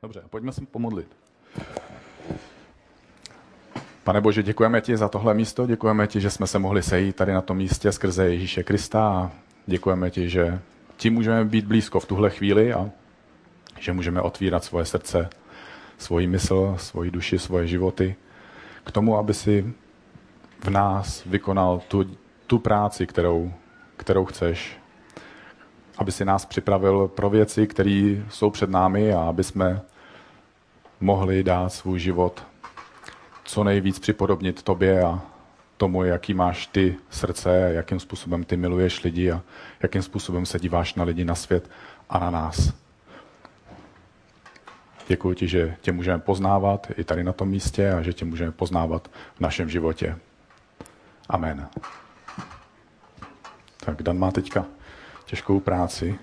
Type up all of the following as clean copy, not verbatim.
Dobře, pojďme se pomodlit. Pane Bože, děkujeme ti za tohle místo, děkujeme ti, že jsme se mohli sejít tady na tom místě skrze Ježíše Krista a děkujeme ti, že ti můžeme být blízko v tuhle chvíli a že můžeme otvírat svoje srdce, svoji mysl, svoji duši, svoje životy k tomu, aby si v nás vykonal tu práci, kterou chceš. Aby si nás připravil pro věci, které jsou před námi a aby jsme mohli dát svůj život co nejvíc připodobnit tobě a tomu, jaký máš ty srdce, jakým způsobem ty miluješ lidi a jakým způsobem se díváš na lidi, na svět a na nás. Děkuji ti, že tě můžeme poznávat i tady na tom místě a že tě můžeme poznávat v našem životě. Amen. Tak Dan má teďka těžkou práci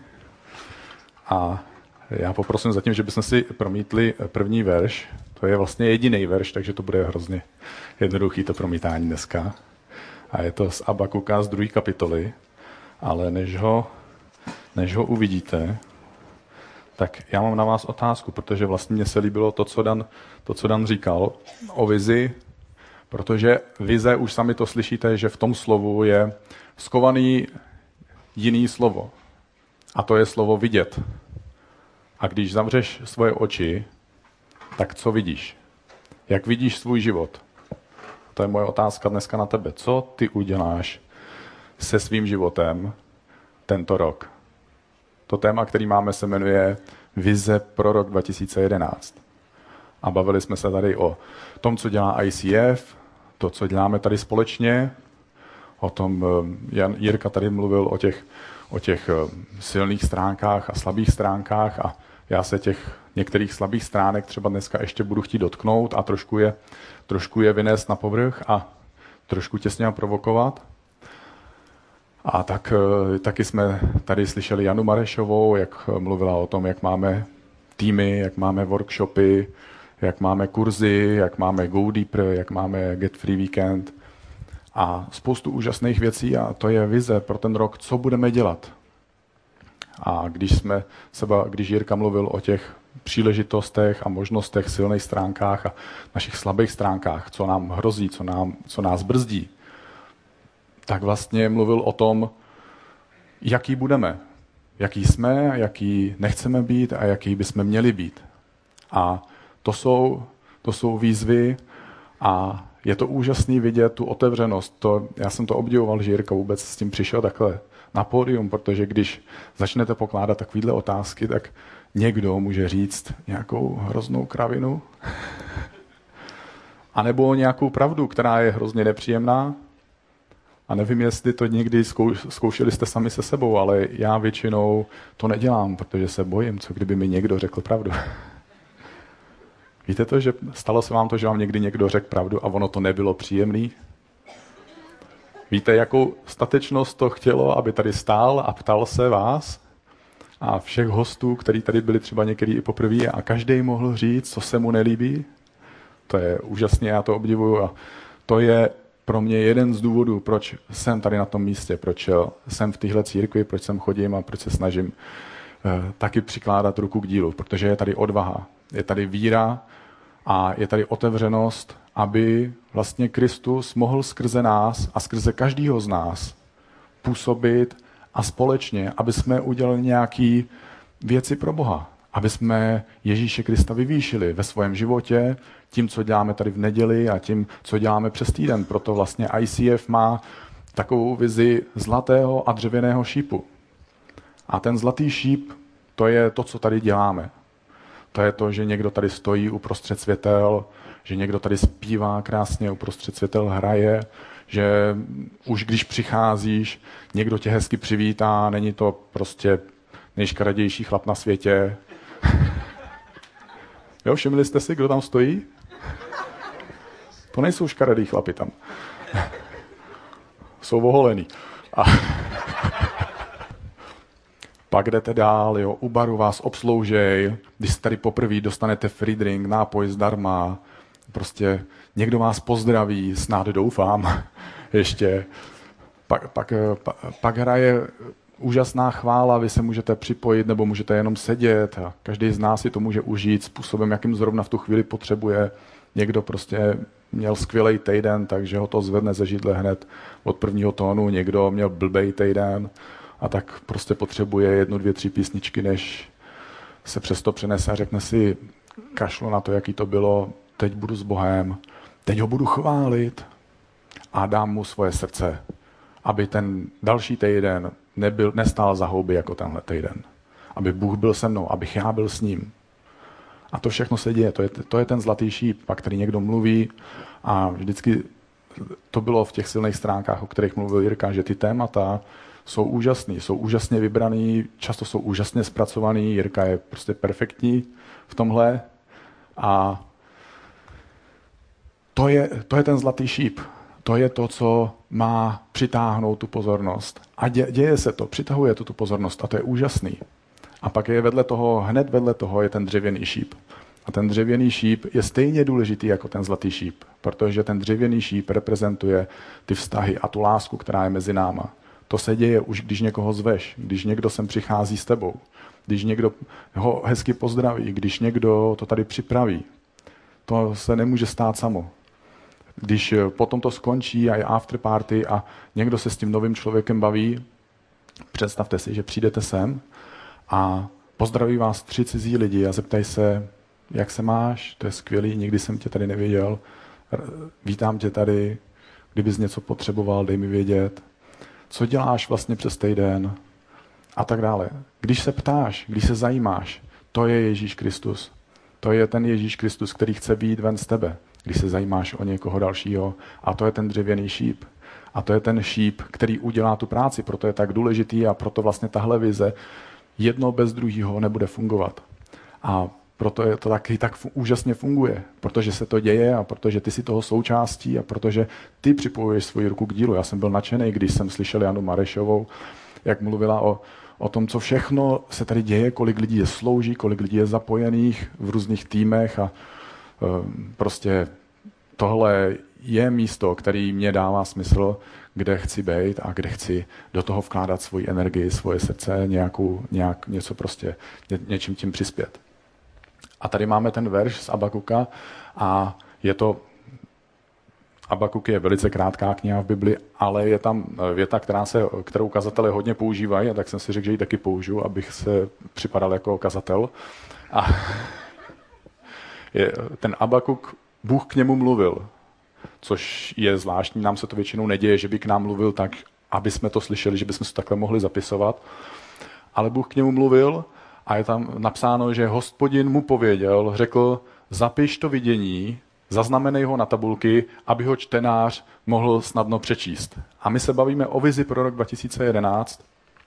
a já poprosím zatím, že bychom si promítli první verš. To je vlastně jediný verš, takže to bude hrozně jednoduchý to promítání dneska. A je to z Abakuka z 2. kapitoly, ale než ho uvidíte, tak já mám na vás otázku, protože vlastně mně se líbilo to, co Dan říkal o vizi, protože vize, už sami to slyšíte, že v tom slovu je skovaný jiný slovo. A to je slovo vidět. A když zavřeš svoje oči, tak co vidíš? Jak vidíš svůj život? To je moje otázka dneska na tebe. Co ty uděláš se svým životem tento rok? To téma, který máme, se jmenuje Vize pro rok 2011. A bavili jsme se tady o tom, co dělá ICF, to, co děláme tady společně, o tom Jirka tady mluvil o těch silných stránkách a slabých stránkách a já se těch některých slabých stránek třeba dneska ještě budu chtít dotknout a trošku je vynést na povrch a trošku těsně provokovat. A taky jsme tady slyšeli Janu Marešovou, jak mluvila o tom, jak máme týmy, jak máme workshopy, jak máme kurzy, jak máme Go Deeper, jak máme Get Free Weekend a spoustu úžasných věcí a to je vize pro ten rok, co budeme dělat. A když Jirka mluvil o těch příležitostech a možnostech, silných stránkách a našich slabých stránkách, co nám hrozí, co nás brzdí, tak vlastně mluvil o tom, jaký budeme, jaký jsme, jaký nechceme být a jaký bychom měli být. A to jsou výzvy a je to úžasný vidět tu otevřenost. Já jsem to obdivoval, že Jirka vůbec s tím přišel takhle na pódium, protože když začnete pokládat takovýhle otázky, tak někdo může říct nějakou hroznou kravinu a nebo nějakou pravdu, která je hrozně nepříjemná. A nevím, jestli to někdy zkoušeli jste sami se sebou, ale já většinou to nedělám, protože se bojím, co kdyby mi někdo řekl pravdu. Víte to, že stalo se vám to, že vám někdy někdo řekl pravdu a ono to nebylo příjemný? Víte, jakou statečnost to chtělo, aby tady stál a ptal se vás a všech hostů, kteří tady byli třeba některý i poprvé a každý mohl říct, co se mu nelíbí? To je úžasně, já to obdivuju a to je pro mě jeden z důvodů, proč jsem tady na tom místě, proč jsem v téhle církvi, proč sem chodím a proč se snažím taky přikládat ruku k dílu, protože je tady odvaha, je tady víra a je tady otevřenost, aby vlastně Kristus mohl skrze nás a skrze každého z nás působit a společně, aby jsme udělali nějaké věci pro Boha, aby jsme Ježíše Krista vyvýšili ve svém životě tím, co děláme tady v neděli a tím, co děláme přes týden. Proto vlastně ICF má takovou vizi zlatého a dřevěného šípu. A ten zlatý šíp, to je to, co tady děláme. To je to, že někdo tady stojí uprostřed světel, že někdo tady zpívá krásně uprostřed světel, hraje, že už když přicházíš, někdo tě hezky přivítá, není to prostě nejškaredější chlap na světě. Jo, všimli jste si, kdo tam stojí? To nejsou škaredý chlapi tam. Jsou oholený. A pak jdete dál, jo, u baru vás obsloužej, když tady poprvé dostanete free drink, nápoj zdarma, prostě někdo vás pozdraví, snad doufám, ještě. Pak hraje úžasná chvála, vy se můžete připojit nebo můžete jenom sedět a každý z nás si to může užít způsobem, jakým zrovna v tu chvíli potřebuje. Někdo prostě měl skvělý týden, takže ho to zvedne ze židle hned od prvního tónu, někdo měl blbej týden a tak prostě potřebuje 1, 2, 3 písničky, než se přesto přenese a řekne si, kašlo na to, jaký to bylo, teď budu s Bohem, teď ho budu chválit a dám mu svoje srdce, aby ten další týden nestál za houby jako tenhle týden. Aby Bůh byl se mnou, abych já byl s ním. A to všechno se děje. To je ten zlatý šíp, o který někdo mluví a vždycky to bylo v těch silných stránkách, o kterých mluvil Jirka, že ty témata jsou úžasný, jsou úžasně vybraný, často jsou úžasně zpracovaný. Jirka je prostě perfektní v tomhle a to je ten zlatý šíp. To je to, co má přitáhnout tu pozornost. A děje se to, přitahuje tu pozornost a to je úžasný. A pak je hned vedle toho je ten dřevěný šíp. A ten dřevěný šíp je stejně důležitý jako ten zlatý šíp, protože ten dřevěný šíp reprezentuje ty vztahy a tu lásku, která je mezi náma. To se děje už, když někoho zveš, když někdo sem přichází s tebou, když někdo ho hezky pozdraví, když někdo to tady připraví. To se nemůže stát samo. Když potom to skončí a je after party a někdo se s tím novým člověkem baví, představte si, že přijdete sem a pozdraví vás 3 cizí lidi a zeptají se, jak se máš, to je skvělý, nikdy jsem tě tady neviděl, vítám tě tady, kdybys něco potřeboval, dej mi vědět, co děláš vlastně přes týden a tak dále. Když se ptáš, když se zajímáš, to je Ježíš Kristus. To je ten Ježíš Kristus, který chce vyjít ven z tebe, když se zajímáš o někoho dalšího. A to je ten dřevěný šíp. A to je ten šíp, který udělá tu práci, proto je tak důležitý a proto vlastně tahle vize jedno bez druhého nebude fungovat. A proto je to taky tak úžasně funguje, protože se to děje a protože ty si toho součástí a protože ty připojuješ svoji ruku k dílu. Já jsem byl nadšený, když jsem slyšel Janu Marešovou, jak mluvila o tom, co všechno se tady děje, kolik lidí je slouží, kolik lidí je zapojených v různých týmech a prostě tohle je místo, který mě dává smysl, kde chci být a kde chci do toho vkládat svoji energii, svoje srdce, něco prostě, něčím tím přispět. A tady máme ten verš z Abakuka a je to, Abakuk je velice krátká kniha v Bibli, ale je tam věta, kterou kazatelé hodně používají, a tak jsem si řekl, že ji taky použiju, abych se připadal jako kazatel. A ten Abakuk, Bůh k němu mluvil, což je zvláštní, nám se to většinou neděje, že by k nám mluvil tak, aby jsme to slyšeli, že bychom se takhle mohli zapisovat. Ale Bůh k němu mluvil a je tam napsáno, že Hospodin mu pověděl, řekl, zapiš to vidění, zaznamenej ho na tabulky, aby ho čtenář mohl snadno přečíst. A my se bavíme o vizi pro rok 2011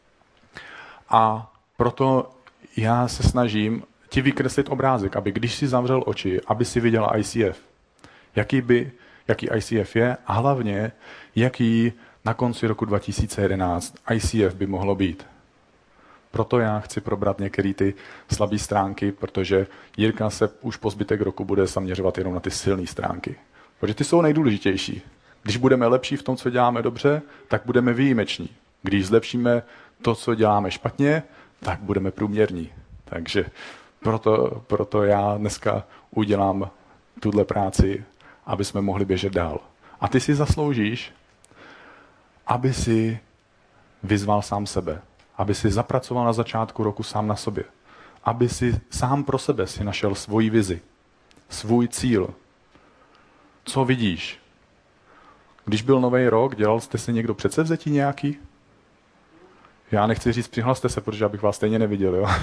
a proto já se snažím ti vykreslit obrázek, aby když si zavřel oči, aby si viděl ICF. Jaký ICF je a hlavně, jaký na konci roku 2011 ICF by mohlo být. Proto já chci probrat některé ty slabé stránky, protože Jirka se už po zbytek roku bude zaměřovat jenom na ty silné stránky. Protože ty jsou nejdůležitější. Když budeme lepší v tom, co děláme dobře, tak budeme výjimeční. Když zlepšíme to, co děláme špatně, tak budeme průměrní. Takže proto já dneska udělám tuhle práci, aby jsme mohli běžet dál. A ty si zasloužíš, aby si vyzval sám sebe. Aby si zapracoval na začátku roku sám na sobě. Aby si sám pro sebe si našel svoji vizi, svůj cíl. Co vidíš? Když byl nový rok, dělal jste si někdo předsevzetí nějaký? Já nechci říct, přihlaste se, protože abych vás stejně neviděl, jo?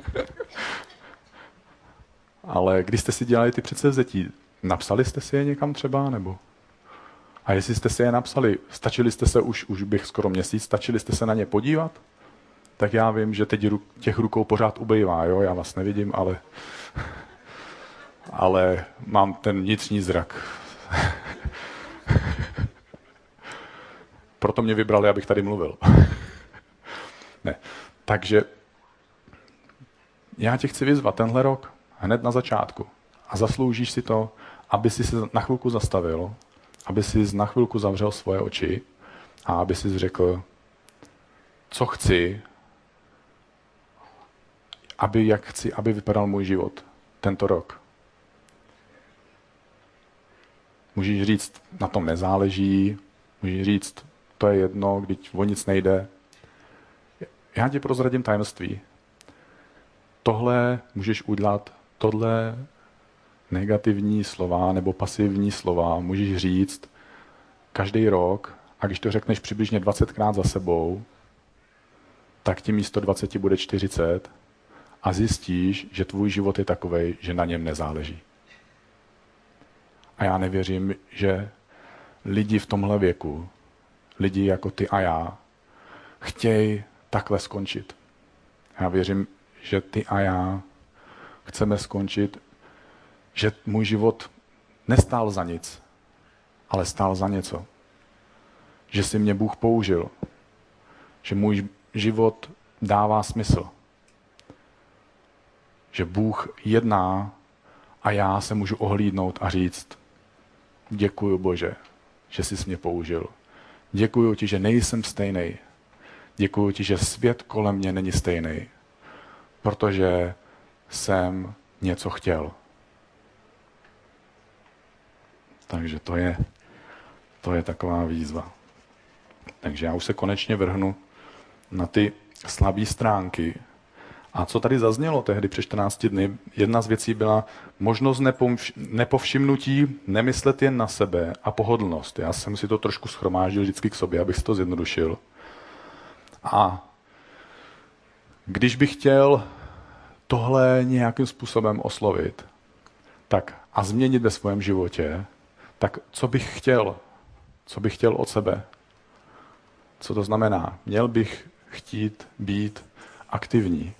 Ale když jste si dělali ty předsevzetí, napsali jste si je někam třeba, nebo? A jestli jste si je napsali, stačili jste se už bych skoro měsíc, stačili jste se na ně podívat? Tak já vím, že teď těch rukou pořád ubejvá, jo? Já vás nevidím, ale mám ten vnitřní zrak. Proto mě vybrali, abych tady mluvil. Ne. Takže já tě chci vyzvat tenhle rok, hned na začátku. A zasloužíš si to, aby si se na chvilku zastavil, aby si na chvilku zavřel svoje oči a aby si řekl, co chci, jak chci, aby vypadal můj život tento rok. Můžeš říct, na tom nezáleží, můžeš říct, to je jedno, když o nic nejde. Já ti prozradím tajemství. Tohle můžeš udělat, tohle negativní slova nebo pasivní slova můžeš říct každý rok a když to řekneš přibližně 20krát za sebou, tak ti místo 20 bude 40 a zjistíš, že tvůj život je takovej, že na něm nezáleží. A já nevěřím, že lidi v tomhle věku, lidi jako ty a já, chtějí takhle skončit. Já věřím, že ty a já chceme skončit, že můj život nestál za nic, ale stál za něco. Že si mě Bůh použil. Že můj život dává smysl. Že Bůh jedná a já se můžu ohlídnout a říct: děkuju Bože, že jsi mě použil. Děkuju ti, že nejsem stejnej. Děkuju ti, že svět kolem mě není stejný, protože jsem něco chtěl. Takže to je taková výzva. Takže já už se konečně vrhnu na ty slabé stránky. A co tady zaznělo tehdy před 14 dny, jedna z věcí byla možnost nepovšimnutí, nemyslet jen na sebe a pohodlnost. Já jsem si to trošku shromáždil vždycky k sobě, abych si to zjednodušil. A když bych chtěl tohle nějakým způsobem oslovit tak a změnit ve svém životě, tak co bych chtěl? Co bych chtěl od sebe? Co to znamená? Měl bych chtít být aktivní.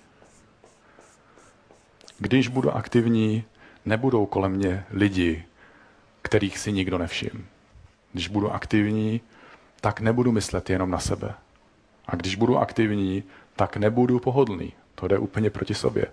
Když budu aktivní, nebudou kolem mě lidi, kterých si nikdo nevšiml. Když budu aktivní, tak nebudu myslet jenom na sebe. A když budu aktivní, tak nebudu pohodlný. To jde úplně proti sobě.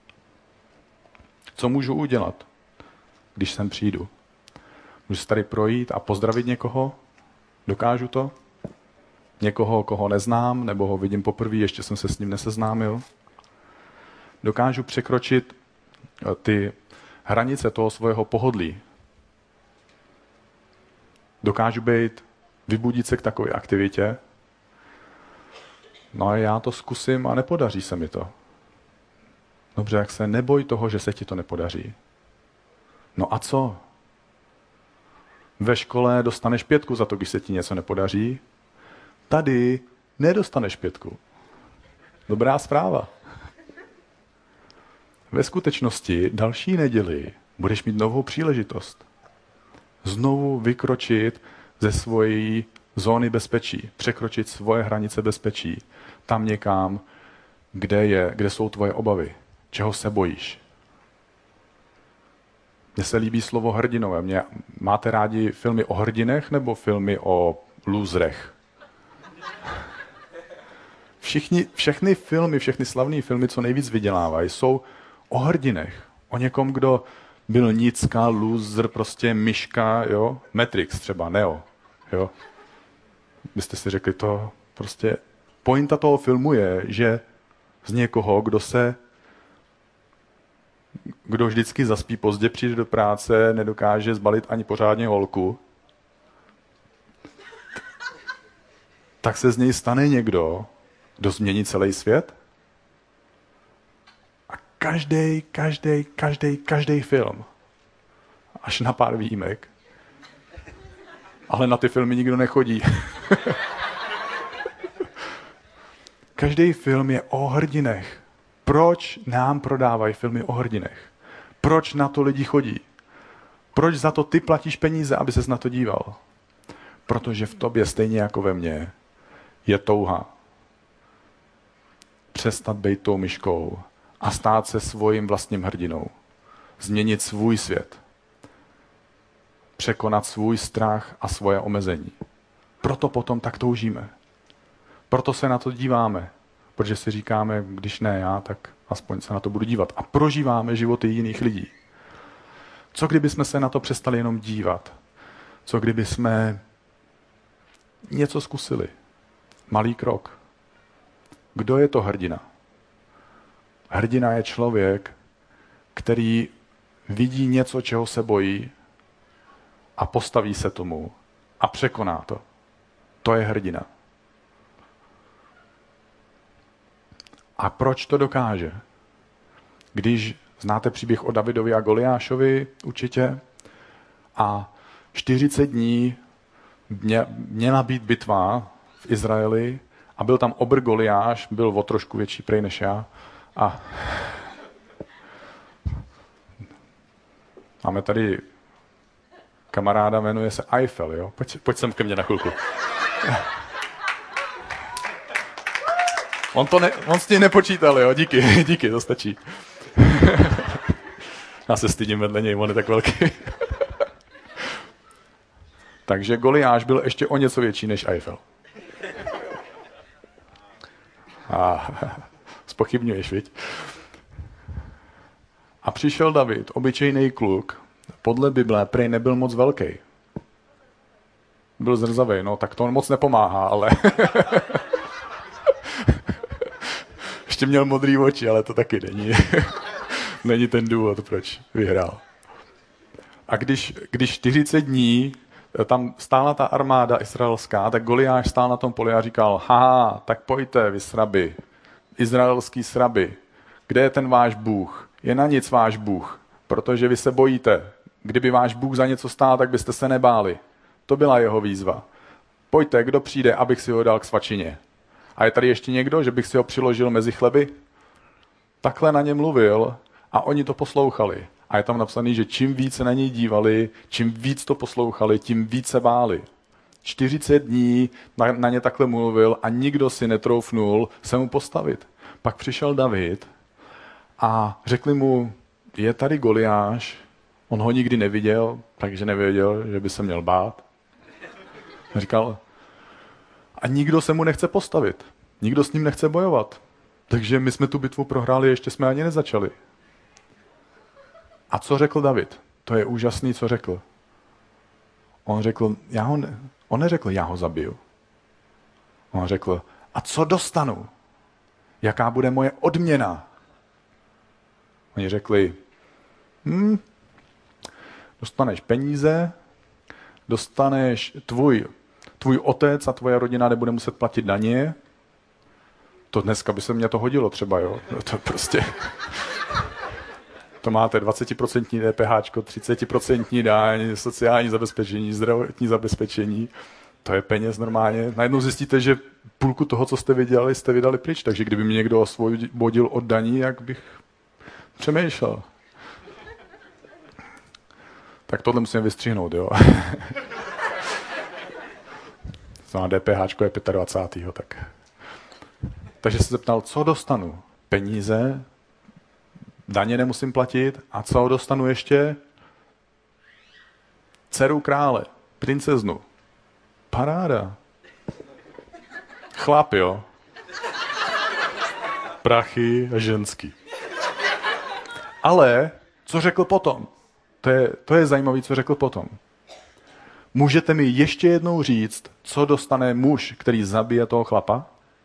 Co můžu udělat, když sem přijdu? Můžu se tady projít a pozdravit někoho? Dokážu to? Někoho, koho neznám, nebo ho vidím poprvé, ještě jsem se s ním neseznámil? Dokážu překročit ty hranice toho svého pohodlí? Dokážu vybudit se k takové aktivitě? No a já to zkusím a nepodaří se mi to. Dobře, jak se neboj toho, že se ti to nepodaří. No a co? Ve škole dostaneš 5 za to, když se ti něco nepodaří. Tady nedostaneš 5. Dobrá zpráva. Ve skutečnosti další neděli budeš mít novou příležitost. Znovu vykročit ze svojí zóny bezpečí, překročit svoje hranice bezpečí, tam někam, kde jsou tvoje obavy, čeho se bojíš. Mně se líbí slovo hrdinové. Máte rádi filmy o hrdinech nebo filmy o lůzrech? Všechny filmy, všechny slavné filmy, co nejvíc vydělávají, jsou o hrdinech. O někom, kdo byl nicka, loser, prostě myška, jo? Matrix třeba, Neo. Jo? Byste si řekli, to prostě pointa toho filmu je, že z někoho, kdo vždycky zaspí pozdě, přijde do práce, nedokáže zbalit ani pořádně holku, tak se z něj stane někdo, kdo změní celý svět. A každý film, až na pár výjimek, ale na ty filmy nikdo nechodí. Každý film je o hrdinech. Proč nám prodávají filmy o hrdinech? Proč na to lidi chodí? Proč za to ty platíš peníze, aby ses na to díval? Protože v tobě, stejně jako ve mně, je touha přestat být tou myškou a stát se svým vlastním hrdinou. Změnit svůj svět. Překonat svůj strach a svoje omezení. Proto potom tak toužíme. Proto se na to díváme. Protože si říkáme, když ne já, tak aspoň se na to budu dívat. A prožíváme životy jiných lidí. Co kdyby jsme se na to přestali jenom dívat? Co kdyby jsme něco zkusili? Malý krok. Kdo je to hrdina? Hrdina je člověk, který vidí něco, čeho se bojí a postaví se tomu a překoná to. To je hrdina. A proč to dokáže? Když znáte příběh o Davidovi a Goliášovi určitě a 40 dní měla být bitva v Izraeli a byl tam obr Goliáš, byl o trošku větší prej než já a máme tady kamaráda, jmenuje se Eiffel, jo? Pojď sem ke mně na chvilku. On s tím nepočítal, jo? Díky, to stačí. Já se stydím vedle něj, on je tak velký. Takže Goliáš byl ještě o něco větší než Eiffel. A zpochybňuješ, viď? A přišel David, obyčejný kluk, podle Bible prej nebyl moc velký. Byl zrzavej, no tak to moc nepomáhá, ale... Ještě měl modrý oči, ale to taky není. Není ten důvod, proč vyhrál. A když 40 dní tam stála ta armáda izraelská, tak Goliáš stál na tom poli a říkal, haha, tak pojďte, vy sraby, izraelský sraby, kde je ten váš Bůh? Je na nic váš Bůh, protože vy se bojíte. Kdyby váš Bůh za něco stál, tak byste se nebáli. To byla jeho výzva. Pojďte, kdo přijde, abych si ho dal k svačině. A je tady ještě někdo, že bych si ho přiložil mezi chleby? Takhle na ně mluvil a oni to poslouchali. A je tam napsaný, že čím víc se na něj dívali, čím víc to poslouchali, tím víc se báli. 40 dní na ně takhle mluvil a nikdo si netroufnul se mu postavit. Pak přišel David a řekli mu, je tady Goliáš, on ho nikdy neviděl, takže nevěděl, že by se měl bát. Říkal, a nikdo se mu nechce postavit. Nikdo s ním nechce bojovat. Takže my jsme tu bitvu prohráli, ještě jsme ani nezačali. A co řekl David? To je úžasný, co řekl. On řekl, on neřekl, já ho zabiju. On řekl, a co dostanu? Jaká bude moje odměna? Oni řekli, dostaneš peníze, dostaneš tvůj otec a tvoje rodina nebude muset platit daně. To dneska by se mě to hodilo třeba, jo? To prostě... To máte 20% DPH, 30% daň, sociální zabezpečení, zdravotní zabezpečení. To je peněz normálně. Najednou zjistíte, že půlku toho, co jste vydělali, jste vydali pryč. Takže kdyby mi někdo osvobodil od daní, jak bych přemýšlel. Tak tohle musíme vystřihnout, jo. Znamená DPH je 25. tak. Takže se zeptal, co dostanu? Peníze, daně nemusím platit a co dostanu ještě? Dceru krále, princeznu. Paráda. Chlap, jo. Prachy a ženský. Ale co řekl potom? To je zajímavé, co řekl potom. Můžete mi ještě jednou říct, co dostane muž, který zabije toho chlapa?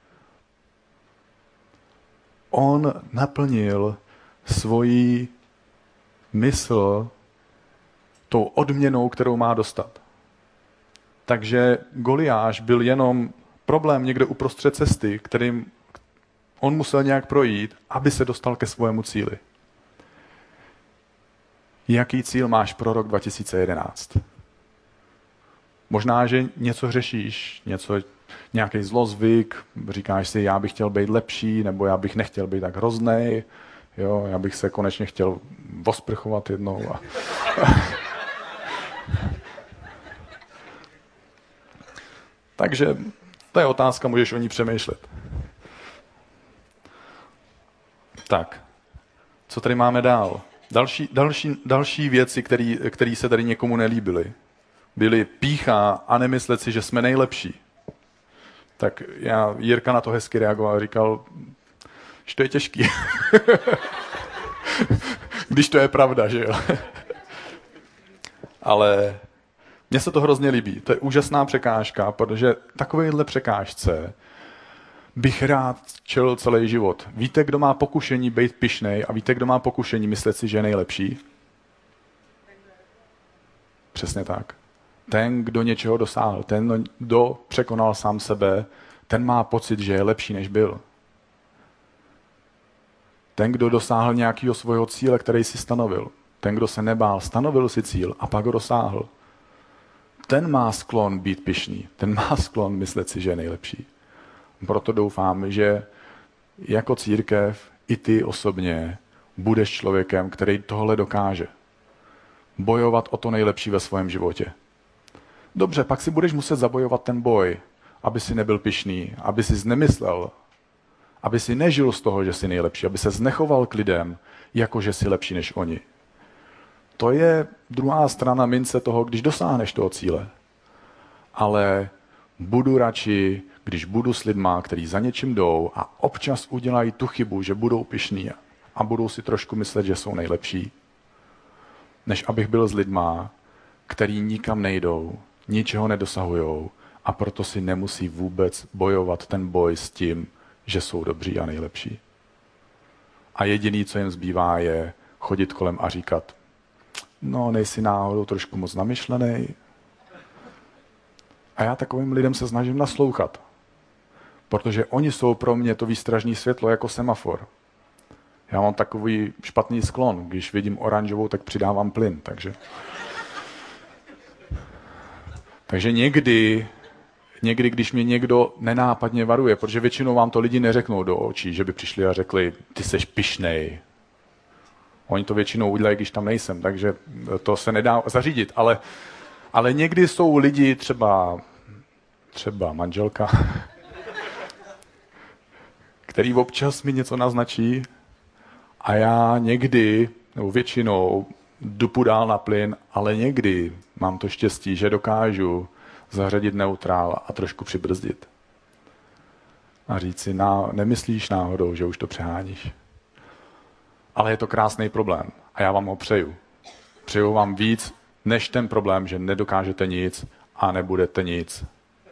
On naplnil svoji mysl tou odměnou, kterou má dostat. Takže Goliáš byl jenom problém někde uprostřed cesty, kterým on musel nějak projít, aby se dostal ke svému cíli. Jaký cíl máš pro rok 2011? Možná, že něco řešíš, nějaký zlozvyk, říkáš si, já bych chtěl být lepší, nebo já bych nechtěl být tak hroznej, jo, já bych se konečně chtěl osprchovat jednou. Takže to je otázka, můžeš o ní přemýšlet. Tak, co tady máme dál? Další věci, které se tady někomu nelíbily, byly pýcha a nemyslet si, že jsme nejlepší. Tak Jirka na to hezky reagoval a říkal, že to je těžký. Když to je pravda, že jo. Ale mně se to hrozně líbí. To je úžasná překážka, protože takovéhle překážce bych rád čelil celý život. Víte, kdo má pokušení být pyšnej a víte, kdo má pokušení myslet si, že je nejlepší? Přesně tak. Ten, kdo něčeho dosáhl, ten, kdo překonal sám sebe, ten má pocit, že je lepší, než byl. Ten, kdo dosáhl nějakého svého cíle, který si stanovil. Ten, kdo se nebál, stanovil si cíl a pak ho dosáhl. Ten má sklon být pyšný. Ten má sklon myslet si, že je nejlepší. Proto doufám, že jako církev i ty osobně budeš člověkem, který tohle dokáže. Bojovat o to nejlepší ve svém životě. Dobře, pak si budeš muset zabojovat ten boj, aby si nebyl pyšný, aby si nemyslel, aby si nežil z toho, že jsi nejlepší, aby se nechoval k lidem, jako že jsi lepší než oni. To je druhá strana mince toho, když dosáhneš toho cíle. Ale budu radši, když budu s lidma, kteří za něčím jdou a občas udělají tu chybu, že budou pyšní a budou si trošku myslet, že jsou nejlepší, než abych byl s lidma, který nikam nejdou, ničeho nedosahujou a proto si nemusí vůbec bojovat ten boj s tím, že jsou dobří a nejlepší. A jediný, co jim zbývá, je chodit kolem a říkat, no, nejsi náhodou trošku moc namyšlenej. A já takovým lidem se snažím naslouchat, protože oni jsou pro mě to výstražné světlo jako semafor. Já mám takový špatný sklon, když vidím oranžovou, tak přidávám plyn, takže někdy, když mě někdo nenápadně varuje, protože většinou vám to lidi neřeknou do očí, že by přišli a řekli, ty seš pyšnej. Oni to většinou udělají, když tam nejsem, takže to se nedá zařídit. Ale někdy jsou lidi, třeba manželka, který občas mi něco naznačí a já někdy, nebo většinou, dupu dál na plyn, ale někdy mám to štěstí, že dokážu zařadit neutrál a trošku přibrzdit. A říct si, nemyslíš náhodou, že už to přeháníš. Ale je to krásný problém a já vám ho přeju. Přeju vám víc, než ten problém, že nedokážete nic a nebudete nic.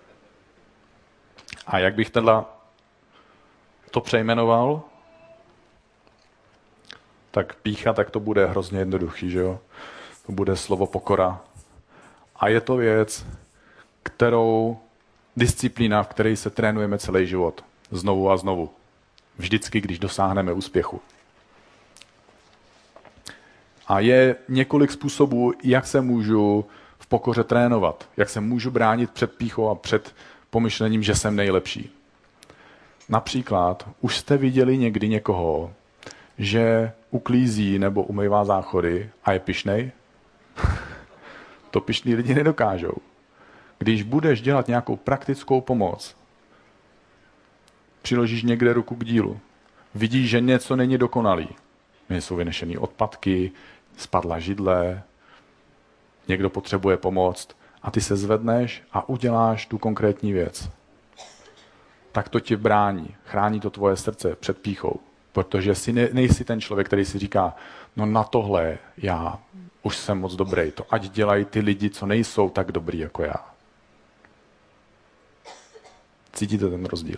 A jak bych to přejmenoval, tak pýcha, tak to bude hrozně jednoduchý, že jo? To bude slovo pokora. A je to věc, disciplína, v které se trénujeme celý život. Znovu a znovu. Vždycky, když dosáhneme úspěchu. A je několik způsobů, jak se můžu v pokoře trénovat. Jak se můžu bránit před pýchou a před pomyšlením, že jsem nejlepší. Například, už jste viděli někdy někoho, že uklízí nebo umývá záchody a je pyšnej? To pyšní lidi nedokážou. Když budeš dělat nějakou praktickou pomoc, přiložíš někde ruku k dílu, vidíš, že něco není dokonalý. Jsou vynešený odpadky, spadla židle, někdo potřebuje pomoct a ty se zvedneš a uděláš tu konkrétní věc. Tak to ti brání, chrání to tvoje srdce před pýchou, protože nejsi ten člověk, který si říká, no na tohle já už jsem moc dobrý, to ať dělají ty lidi, co nejsou tak dobrý jako já. Cítíte ten rozdíl?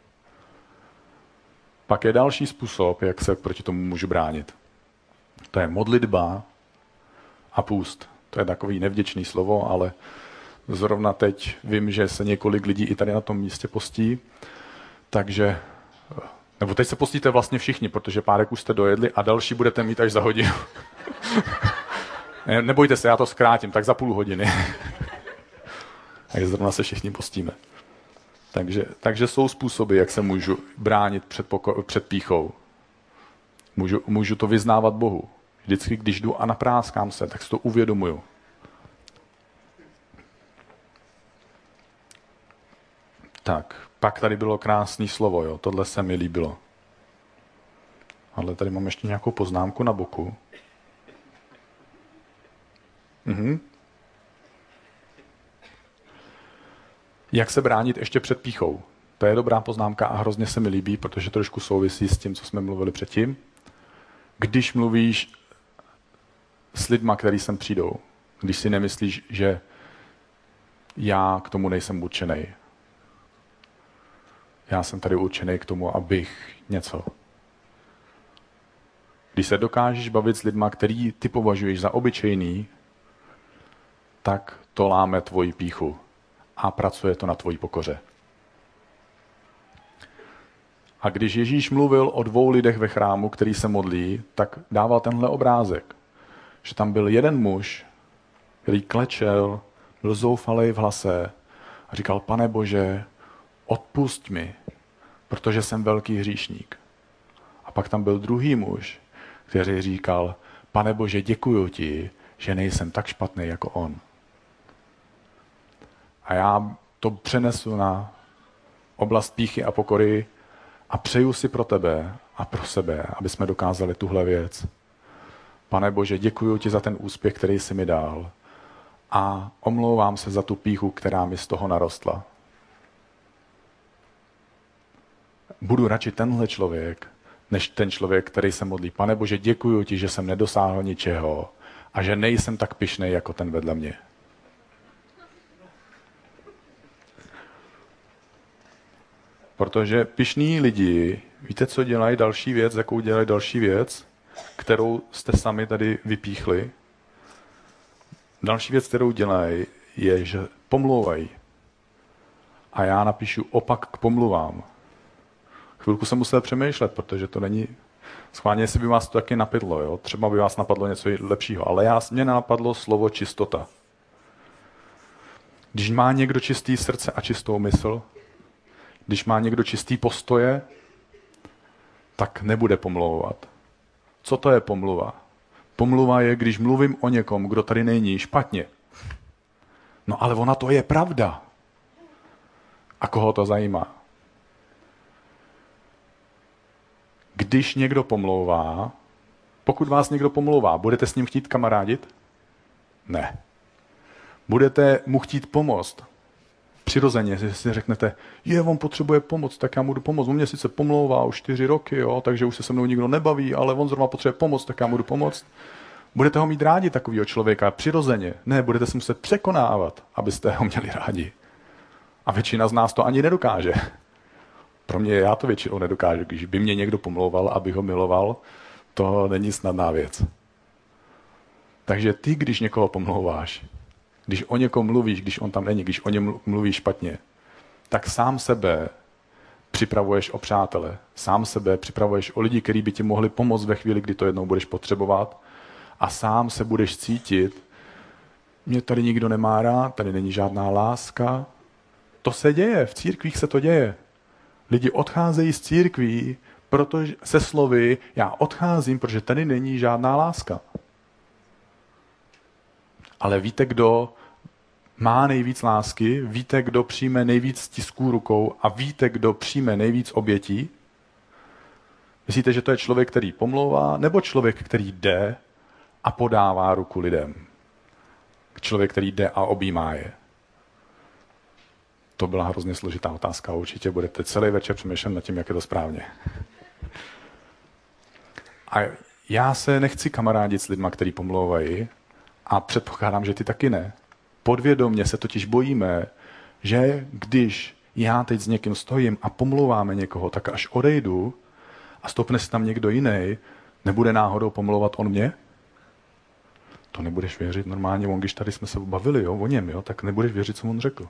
Pak je další způsob, jak se proti tomu můžu bránit. To je modlitba a půst. To je takový nevděčný slovo, ale zrovna teď vím, že se několik lidí i tady na tom místě postí. Takže, nebo teď se postíte vlastně všichni, protože párek už jste dojedli a další budete mít až za hodinu. Nebojte se, já to zkrátím, tak za půl hodiny. Takže zrovna se všichni postíme. Takže jsou způsoby, jak se můžu bránit před pýchou. Můžu to vyznávat Bohu. Vždycky, když jdu a napráskám se, tak si to uvědomuju. Tak, pak tady bylo krásné slovo, jo. Tohle se mi líbilo. Ale tady mám ještě nějakou poznámku na boku. Jak se bránit ještě před pýchou? To je dobrá poznámka a hrozně se mi líbí, protože trošku souvisí s tím, co jsme mluvili předtím. Když mluvíš s lidma, který sem přijdou, když si nemyslíš, že já k tomu nejsem určený. Já jsem tady určený k tomu, abych něco. Když se dokážeš bavit s lidma, který ty považuješ za obyčejný, tak to láme tvoji pýchu a pracuje to na tvojí pokoře. A když Ježíš mluvil o 2 lidech ve chrámu, který se modlí, tak dával tenhle obrázek. Že tam byl jeden muž, který klečel, byl zoufalej v hlase a říkal, Pane Bože, odpusť mi, protože jsem velký hříšník. A pak tam byl druhý muž, který říkal, Pane Bože, děkuju ti, že nejsem tak špatný jako on. A já to přenesu na oblast pýchy a pokory a přeju si pro tebe a pro sebe, aby jsme dokázali tuhle věc. Pane Bože, děkuju ti za ten úspěch, který jsi mi dal a omlouvám se za tu pýchu, která mi z toho narostla. Budu radši tenhle člověk, než ten člověk, který se modlí. Pane Bože, děkuju ti, že jsem nedosáhl ničeho a že nejsem tak pyšnej jako ten vedle mě. Protože pyšní lidi, víte, co dělají další věc, jakou dělají další věc, kterou jste sami tady vypíchli? Další věc, kterou dělají, je, že pomlouvají. A já napíšu opak k pomluvám. Chvilku jsem musel přemýšlet, protože to není schválně, jestli by vás to taky napadlo. Jo? Třeba by vás napadlo něco lepšího. Ale mě napadlo slovo čistota. Když má někdo čistý srdce a čistou mysl, když má někdo čistý postoje, tak nebude pomlouvat. Co to je pomluva? Pomluva je, když mluvím o někom, kdo tady není, špatně. No ale ona to je pravda. A koho to zajímá? Když někdo pomlouvá, pokud vás někdo pomlouvá, budete s ním chtít kamarádit? Ne. Budete mu chtít pomoct. Přirozeně, že si řeknete, on potřebuje pomoc, tak já mu jdu pomoct. On mě sice pomlouvá už 4 roky, jo, takže už se mnou nikdo nebaví, ale on zrovna potřebuje pomoc, tak já mu jdu pomoct. Budete ho mít rádi, takovýho člověka, přirozeně. Ne, budete se muset překonávat, abyste ho měli rádi. A většina z nás to ani nedokáže. Pro mě já to většinou nedokážu. Když by mě někdo pomlouval, abych ho miloval, to není snadná věc. Takže ty, když někoho pomlouváš, když o někom mluvíš, když on tam není, když o něm mluvíš špatně, tak sám sebe připravuješ o přátele. Sám sebe připravuješ o lidi, kteří by ti mohli pomoct ve chvíli, kdy to jednou budeš potřebovat. A sám se budeš cítit, mě tady nikdo nemá rád, tady není žádná láska. To se děje, v církvích se to děje. Lidi odcházejí z církví, protože se slovy, já odcházím, protože tady není žádná láska. Ale víte, kdo má nejvíc lásky, víte, kdo přijme nejvíc stisků rukou a víte, kdo přijme nejvíc obětí? Myslíte, že to je člověk, který pomlouvá, nebo člověk, který jde a podává ruku lidem? Člověk, který jde a objímá je. To byla hrozně složitá otázka. Určitě budete celý večer přemýšlet nad tím, jak je to správně. A já se nechci kamarádit s lidma, kteří pomlouvají, a předpokládám, že ty taky ne. Podvědomě se totiž bojíme, že když já teď s někým stojím a pomlouváme někoho, tak až odejdu a stopne si tam někdo jiný, nebude náhodou pomlouvat on mě? To nebudeš věřit normálně, on když tady jsme se bavili o něm, tak nebudeš věřit, co on řekl.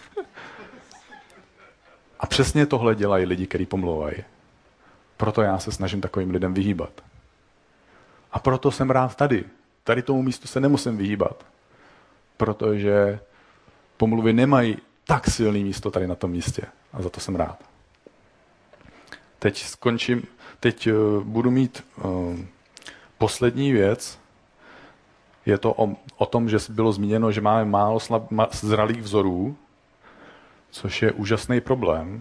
A přesně tohle dělají lidi, kteří pomlouvají. Proto já se snažím takovým lidem vyhýbat. A proto jsem rád tady. Tady tomu místu se nemusím vyhýbat. Protože pomluvy nemají tak silný místo tady na tom místě. A za to jsem rád. Teď budu mít poslední věc. Je to o tom, že bylo zmíněno, že máme málo zralých vzorů, což je úžasný problém.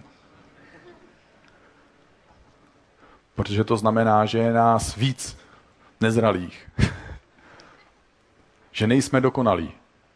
Protože to znamená, že je nás víc nezralých. Že nejsme dokonalí.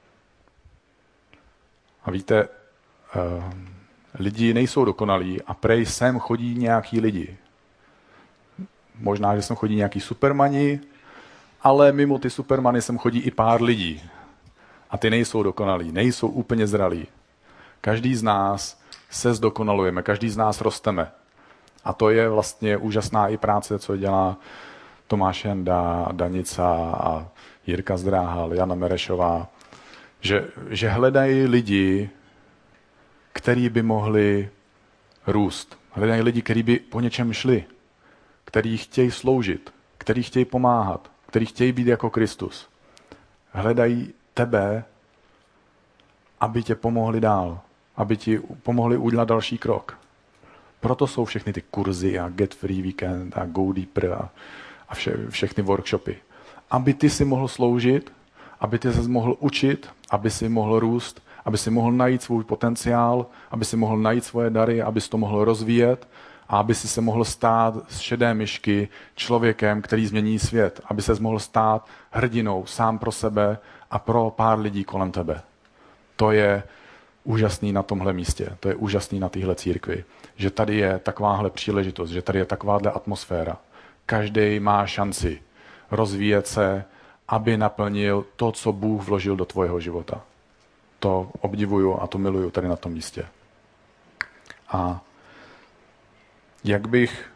A víte, lidi nejsou dokonalí a prej sem chodí nějaký lidi. Možná, že sem chodí nějaký supermani, ale mimo ty supermany sem chodí i pár lidí. A ty nejsou dokonalí, nejsou úplně zralí. Každý z nás se zdokonalujeme, každý z nás rosteme. A to je vlastně úžasná i práce, co dělá Tomáš Janda, Danica a Jirka Zdráhal, Jana Merešová, že hledají lidi, kteří by mohli růst. Hledají lidi, kteří by po něčem šli, kteří chtějí sloužit, kteří chtějí pomáhat, kteří chtějí být jako Kristus. Hledají tebe, aby tě pomohli dál, aby ti pomohli udělat další krok. Proto jsou všechny ty kurzy a Get Free Weekend a Go Deeper a všechny workshopy. Aby ty si mohl sloužit, aby ty se mohl učit, aby si mohl růst, aby si mohl najít svůj potenciál, aby si mohl najít svoje dary, aby si to mohl rozvíjet a aby si se mohl stát z šedé myšky člověkem, který změní svět. Aby se mohl stát hrdinou sám pro sebe a pro pár lidí kolem tebe. To je úžasný na tomhle místě, to je úžasný na téhle církvi, že tady je takováhle příležitost, že tady je takováhle atmosféra. Každý má šanci rozvíjet se, aby naplnil to, co Bůh vložil do tvojho života. To obdivuju a to miluju tady na tom místě. A jak bych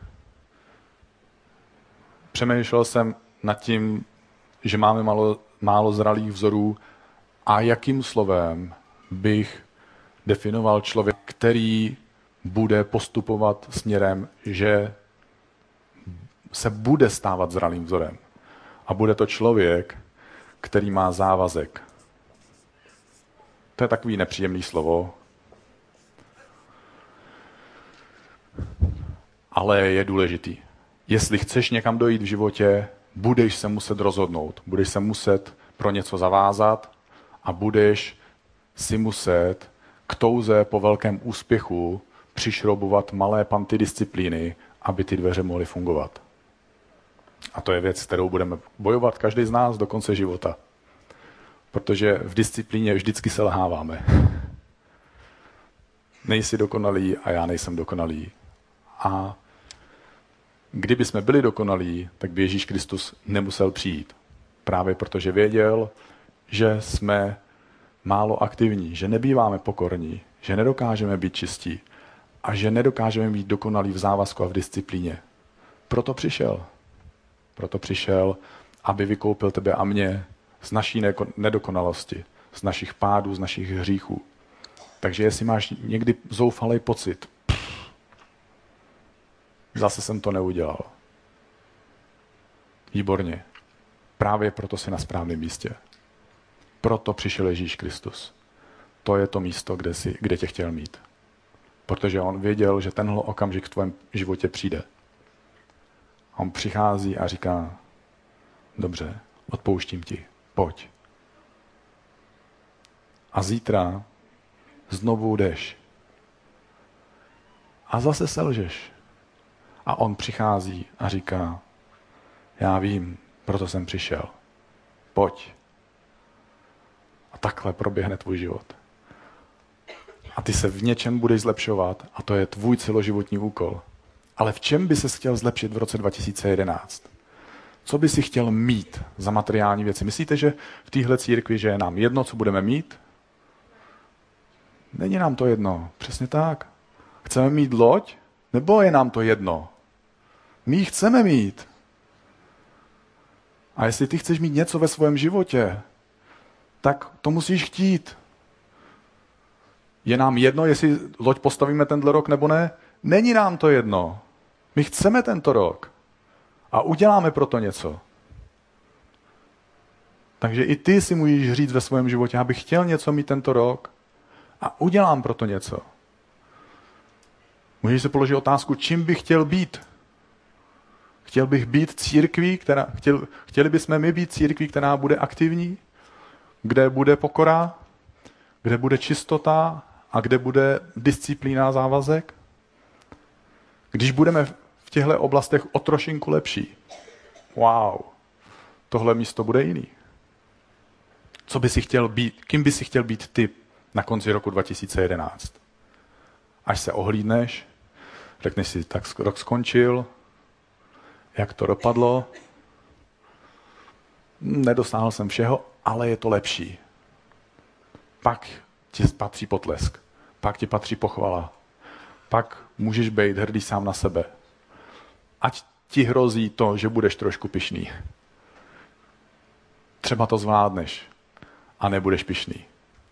přemýšlel jsem nad tím, že máme málo zralých vzorů a jakým slovem bych definoval člověk, který bude postupovat směrem, že se bude stávat zralým vzorem. A bude to člověk, který má závazek. To je takový nepříjemný slovo, ale je důležitý. Jestli chceš někam dojít v životě, budeš se muset rozhodnout. Budeš se muset pro něco zavázat a budeš si muset k touze po velkém úspěchu přišroubovat malé panty disciplíny, aby ty dveře mohly fungovat. A to je věc, kterou budeme bojovat každý z nás do konce života. Protože v disciplíně vždycky selháváme. Nejsi dokonalý a já nejsem dokonalý. A kdyby jsme byli dokonalí, tak by Ježíš Kristus nemusel přijít. Právě protože věděl, že jsme málo aktivní, že nebýváme pokorní, že nedokážeme být čistí a že nedokážeme být dokonalí v závazku a v disciplíně. Proto přišel, aby vykoupil tebe a mě z naší nedokonalosti, z našich pádů, z našich hříchů. Takže jestli máš někdy zoufalý pocit, zase jsem to neudělal. Výborně. Právě proto jsi na správném místě. Proto přišel Ježíš Kristus. To je to místo, kde tě chtěl mít. Protože on věděl, že tenhle okamžik v tvém životě přijde. A on přichází a říká, dobře, odpouštím ti, pojď. A zítra znovu jdeš. A zase selžeš. A on přichází a říká, já vím, proto jsem přišel. Pojď. A takhle proběhne tvůj život. A ty se v něčem budeš zlepšovat a to je tvůj celoživotní úkol. Ale v čem by ses chtěl zlepšit v roce 2011? Co by si chtěl mít za materiální věci? Myslíte, že v téhle církvi, že je nám jedno, co budeme mít? Není nám to jedno. Přesně tak. Chceme mít loď? Nebo je nám to jedno? My ji chceme mít. A jestli ty chceš mít něco ve svém životě, tak to musíš chtít. Je nám jedno, jestli loď postavíme tenhle rok nebo ne? Není nám to jedno. My chceme tento rok. A uděláme proto něco. Takže i ty si můžeš říct ve svém životě, já bych chtěl něco mít tento rok a udělám proto něco. Můžeš si položit otázku, čím bych chtěl být. Chtěl bych být církví, chtěli bychom my být církví, která bude aktivní, kde bude pokora, kde bude čistota a kde bude disciplína a závazek. Když budeme v těchto oblastech o trošinku lepší, wow, tohle místo bude jiný. Co by si chtěl být, kým by si chtěl být ty na konci roku 2011? Až se ohlídneš, řekneš si, tak rok skončil, jak to dopadlo, nedosáhl jsem všeho, ale je to lepší. Pak ti patří potlesk, pak ti patří pochvala, pak můžeš být hrdý sám na sebe. Ať ti hrozí to, že budeš trošku pyšný. Třeba to zvládneš a nebudeš pyšný.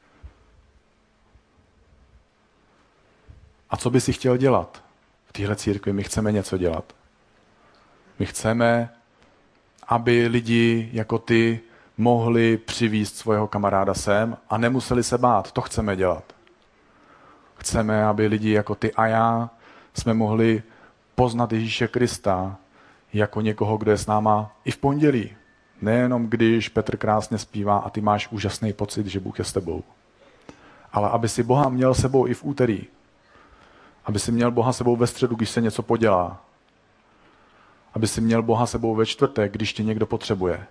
A co by si chtěl dělat? V téhle církvi my chceme něco dělat. My chceme, aby lidi jako ty mohli přivízt svého kamaráda sem a nemuseli se bát. To chceme dělat. Chceme, aby lidi jako ty a já jsme mohli poznat Ježíše Krista jako někoho, kdo je s náma i v pondělí. Nejenom když Petr krásně zpívá a ty máš úžasný pocit, že Bůh je s tebou. Ale aby si Boha měl sebou i v úterý. Aby si měl Boha sebou ve středu, když se něco podělá. Aby si měl Boha sebou ve čtvrtek, když tě někdo potřebuje.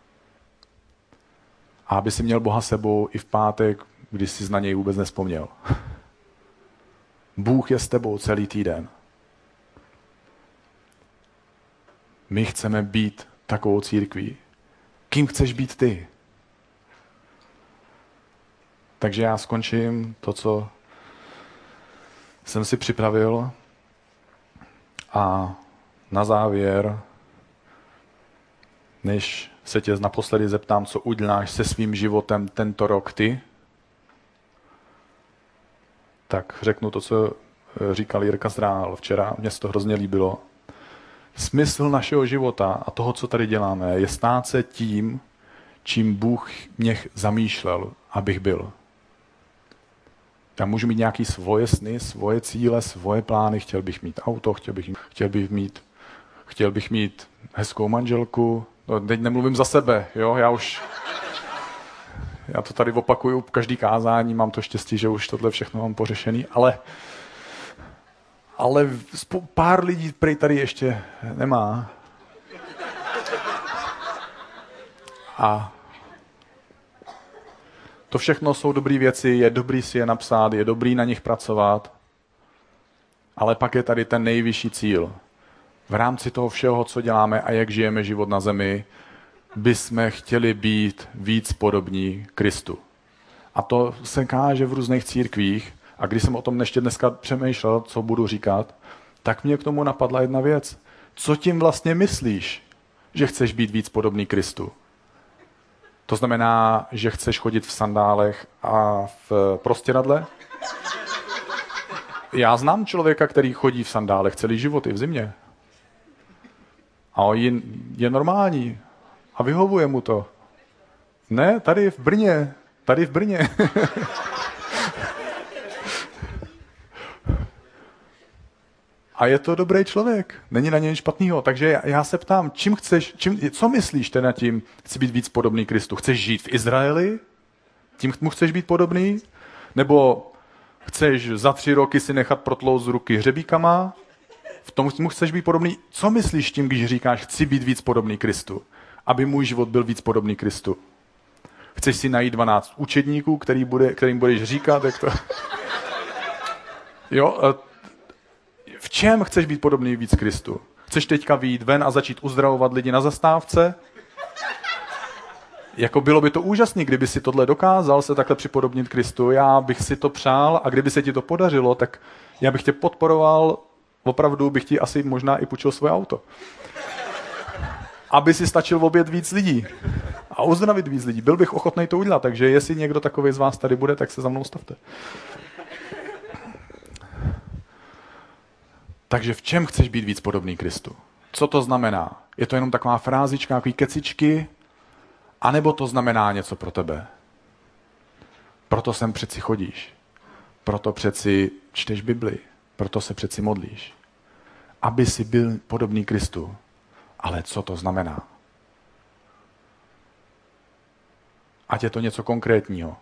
A aby si měl Boha sebou i v pátek, když jsi na něj vůbec nevzpomněl. Bůh je s tebou celý týden. My chceme být takovou církví. Kým chceš být ty? Takže já skončím to, co jsem si připravil. A na závěr, než se tě naposledy zeptám, co uděláš se svým životem tento rok ty, tak řeknu to, co říkal Jirka Zdrál včera. Mně se to hrozně líbilo. Smysl našeho života a toho, co tady děláme, je stát se tím, čím Bůh mě zamýšlel, abych byl. Já můžu mít nějaké svoje sny, svoje cíle, svoje plány. Chtěl bych mít auto, chtěl bych mít hezkou manželku. No, teď nemluvím za sebe, jo? Já to tady opakuju každý kázání, mám to štěstí, že už tohle všechno mám pořešený, ale pár lidí prej tady ještě nemá. A to všechno jsou dobré věci, je dobrý si je napsat, je dobrý na nich pracovat, ale pak je tady ten nejvyšší cíl. V rámci toho všeho, co děláme a jak žijeme život na zemi, bychom chtěli být víc podobní Kristu. A to se káže v různých církvích. A když jsem o tom ještě dneska přemýšlel, co budu říkat, tak mě k tomu napadla jedna věc. Co tím vlastně myslíš, že chceš být víc podobný Kristu? To znamená, že chceš chodit v sandálech a v prostěradle? Já znám člověka, který chodí v sandálech celý život i v zimě. A on je normální. A vyhovuje mu to. Ne, tady v Brně. A je to dobrý člověk. Není na něj nic špatného. Takže já se ptám, co myslíš teda tím, chci být víc podobný Kristu? Chceš žít v Izraeli? Tím mu chceš být podobný? Nebo chceš za 3 roky si nechat protlouct z ruky hřebíkama? V tom mu chceš být podobný? Co myslíš tím, když říkáš, chci být víc podobný Kristu? Aby můj život byl víc podobný Kristu. Chceš si najít 12 učedníků, kterým budeš říkat, jak to... Jo, v čem chceš být podobný víc Kristu? Chceš teďka vyjít ven a začít uzdravovat lidi na zastávce? Jako bylo by to úžasné, kdyby si tohle dokázal se takhle připodobnit Kristu. Já bych si to přál a kdyby se ti to podařilo, tak já bych tě podporoval, opravdu bych ti asi možná i půjčil svoje auto. Aby si stačil objet víc lidí a uzdravit víc lidí. Byl bych ochotný to udělat, takže jestli někdo takový z vás tady bude, tak se za mnou stavte. Takže v čem chceš být víc podobný Kristu? Co to znamená? Je to jenom taková frázička, takový kecičky? A nebo to znamená něco pro tebe? Proto sem přeci chodíš. Proto přeci čteš Bibli. Proto se přeci modlíš. Aby si byl podobný Kristu. Ale co to znamená? Ať je to něco konkrétního.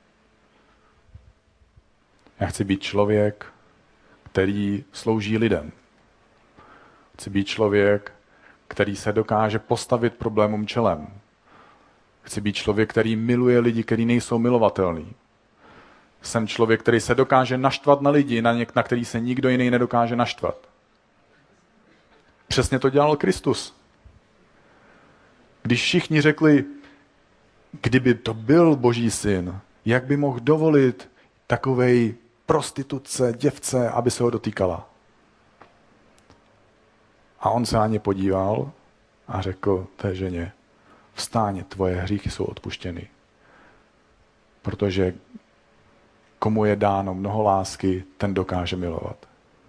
Já chci být člověk, který slouží lidem. Chci být člověk, který se dokáže postavit problémům čelem. Chci být člověk, který miluje lidi, kteří nejsou milovatelní. Jsem člověk, který se dokáže naštvat na lidi, na který se nikdo jiný nedokáže naštvat. Přesně to dělal Kristus. Když všichni řekli, kdyby to byl Boží syn, jak by mohl dovolit takovej prostitutce, děvce, aby se ho dotýkala. A on se na ně podíval a řekl té ženě, vstáň, tvoje hříchy jsou odpuštěny. Protože komu je dáno mnoho lásky, ten dokáže milovat.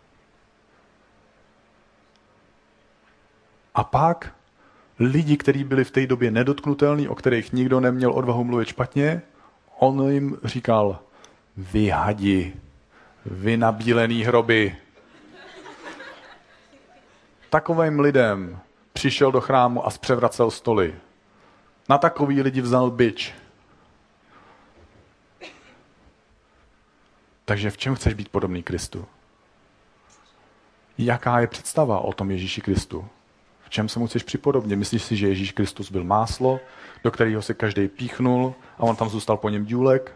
A pak lidi, kteří byli v té době nedotknutelní, o kterých nikdo neměl odvahu mluvit špatně, on jim říkal, vy hadi, vy nabílený hroby. Takovým lidem přišel do chrámu a zpřevracel stoly. Na takový lidi vzal bič. Takže v čem chceš být podobný Kristu? Jaká je představa o tom Ježíši Kristu? V čem se mu chceš připodobnit? Myslíš si, že Ježíš Kristus byl máslo, do kterého se každý píchnul a on tam zůstal po něm důlek?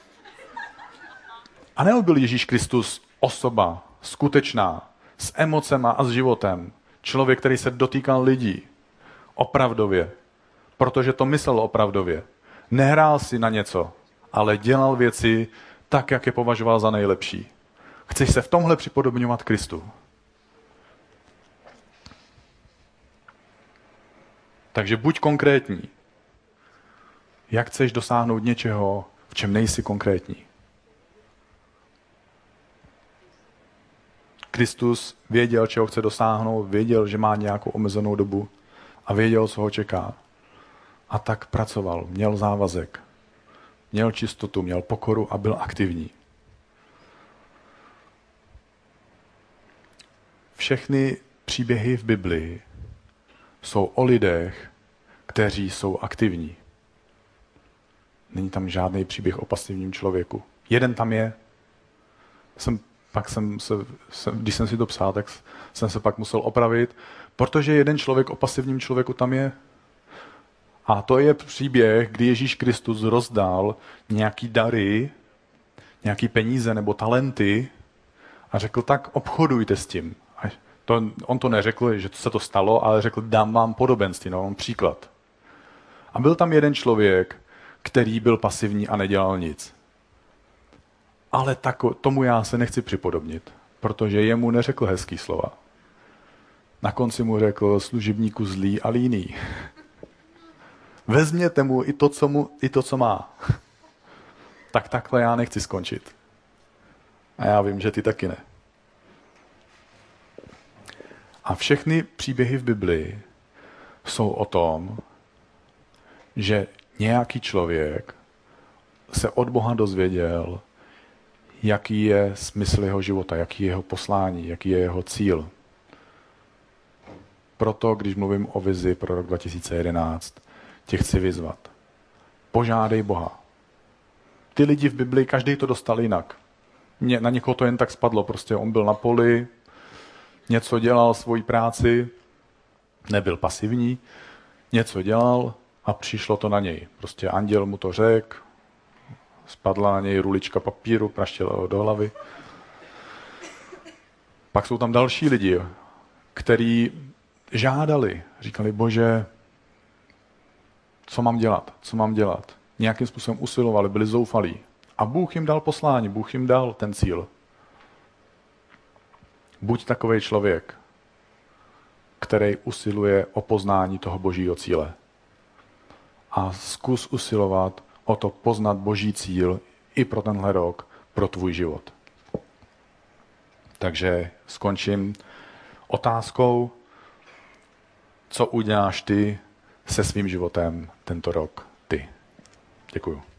A nebo byl Ježíš Kristus osoba, skutečná, s emocema a s životem? Člověk, který se dotýkal lidí. Opravdově. Protože to myslel opravdově. Nehrál si na něco, ale dělal věci tak, jak je považoval za nejlepší. Chceš se v tomhle připodobňovat Kristu? Takže buď konkrétní. Jak chceš dosáhnout něčeho, v čem nejsi konkrétní? Kristus věděl, čeho chce dosáhnout, věděl, že má nějakou omezenou dobu a věděl, co ho čeká. A tak pracoval, měl závazek, měl čistotu, měl pokoru a byl aktivní. Všechny příběhy v Biblii jsou o lidech, kteří jsou aktivní. Není tam žádný příběh o pasivním člověku. Jeden tam je. Když jsem si to psal, tak jsem se pak musel opravit, protože jeden člověk o pasivním člověku tam je. A to je příběh, kdy Ježíš Kristus rozdal nějaký dary, nějaký peníze nebo talenty a řekl, tak obchodujte s tím. On to neřekl, že se to stalo, ale řekl, dám vám podobenství, no, příklad. A byl tam jeden člověk, který byl pasivní a nedělal nic. Ale tomu já se nechci připodobnit, protože jemu neřekl hezký slova. Na konci mu řekl, služebníku zlý a líný. Vezměte mu i to, co má. Tak takhle já nechci skončit. A já vím, že ty taky ne. A všechny příběhy v Biblii jsou o tom, že nějaký člověk se od Boha dozvěděl, jaký je smysl jeho života, jaký je jeho poslání, jaký je jeho cíl. Proto, když mluvím o vizi pro rok 2011, tě chci vyzvat. Požádej Boha. Ty lidi v Biblii, každý to dostal jinak. Na někoho to jen tak spadlo, prostě on byl na poli, něco dělal, svoji práci, nebyl pasivní, něco dělal a přišlo to na něj. Prostě anděl mu to řekl, spadla na něj rulička papíru, praštěla ho do hlavy. Pak jsou tam další lidi, kteří žádali, říkali, Bože, co mám dělat? Nějakým způsobem usilovali, byli zoufalí. A Bůh jim dal poslání, Bůh jim dal ten cíl. Buď takovej člověk, který usiluje o poznání toho božího cíle. A zkus usilovat o to poznat boží cíl i pro tenhle rok, pro tvůj život. Takže skončím otázkou, co uděláš ty se svým životem tento rok ty. Děkuju.